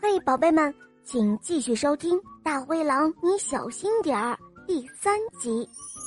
嘿，宝贝们，请继续收听《大灰狼你小心点儿》第3集。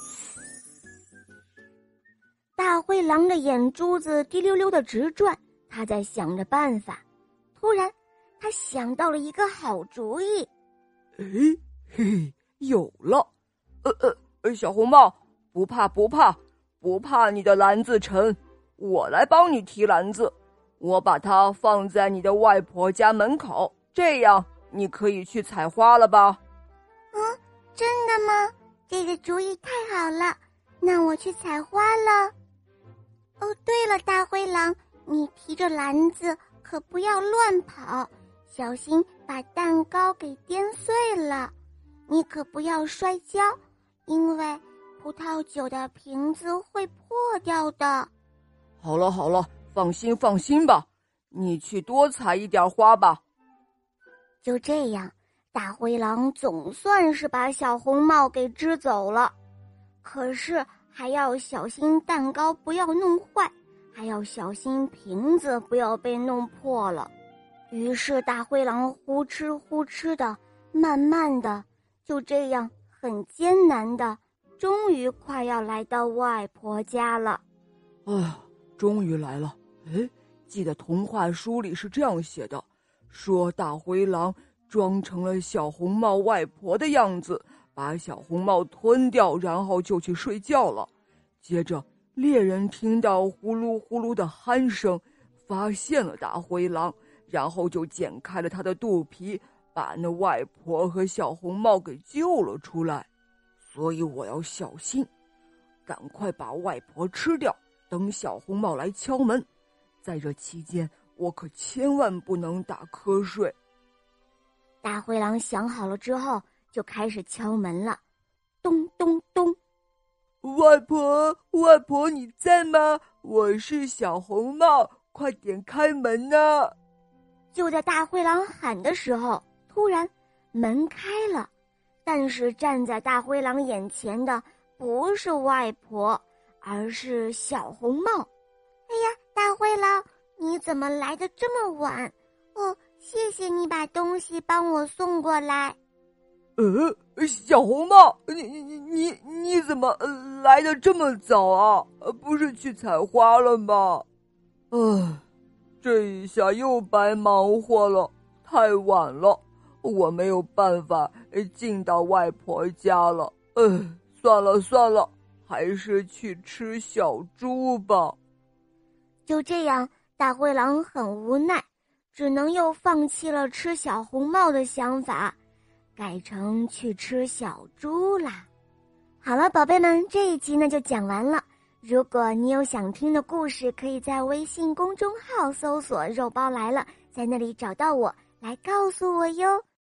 大灰狼的眼珠子滴溜溜的直转，他在想着办法。突然，他想到了一个好主意。 嘿嘿，有了！小红帽，不怕你的篮子沉，我来帮你提篮子。我把它放在你的外婆家门口，这样你可以去采花了吧？ 真的吗？这个主意太好了，那我去采花了。哦，对了，大灰狼，你提着篮子可不要乱跑，小心把蛋糕给颠碎了。你可不要摔跤，因为葡萄酒的瓶子会破掉的。 好了，放心吧，你去多采一点花吧。 就这样，大灰狼总算是把小红帽给支走了。可是还要小心蛋糕不要弄坏，还要小心瓶子不要被弄破了。于是大灰狼呼哧的，慢慢的，就这样很艰难的，终于快要来到外婆家了。 哎呀，终于来了！记得童话书里是这样写的，说大灰狼装成了小红帽外婆的样子，把小红帽吞掉，然后就去睡觉了。接着猎人听到呼噜呼噜的鼾声，发现了大灰狼，然后就剪开了他的肚皮，把那外婆和小红帽给救了出来。所以我要小心，赶快把外婆吃掉，等小红帽来敲门。在这期间，我可千万不能打瞌睡。 大灰狼想好了之后，就开始敲门了。咚咚咚！ 外婆，你在吗？我是小红帽，快点开门啊！ 就在大灰狼喊的时候，突然门开了，但是站在大灰狼眼前的不是外婆，而是小红帽。哎呀，大灰狼，你怎么来得这么晚？谢谢你把东西帮我送过来。 小红帽，你怎么来得这么早啊？不是去采花了吗？这一下又白忙活了，太晚了，我没有办法进到外婆家了。算了，还是去吃小猪吧。 就这样，大灰狼很无奈，只能又放弃了吃小红帽的想法，改成去吃小猪啦。好了，宝贝们，这一集呢就讲完了。如果你有想听的故事，可以在微信公众号搜索肉包来了，在那里找到我，来告诉我哟。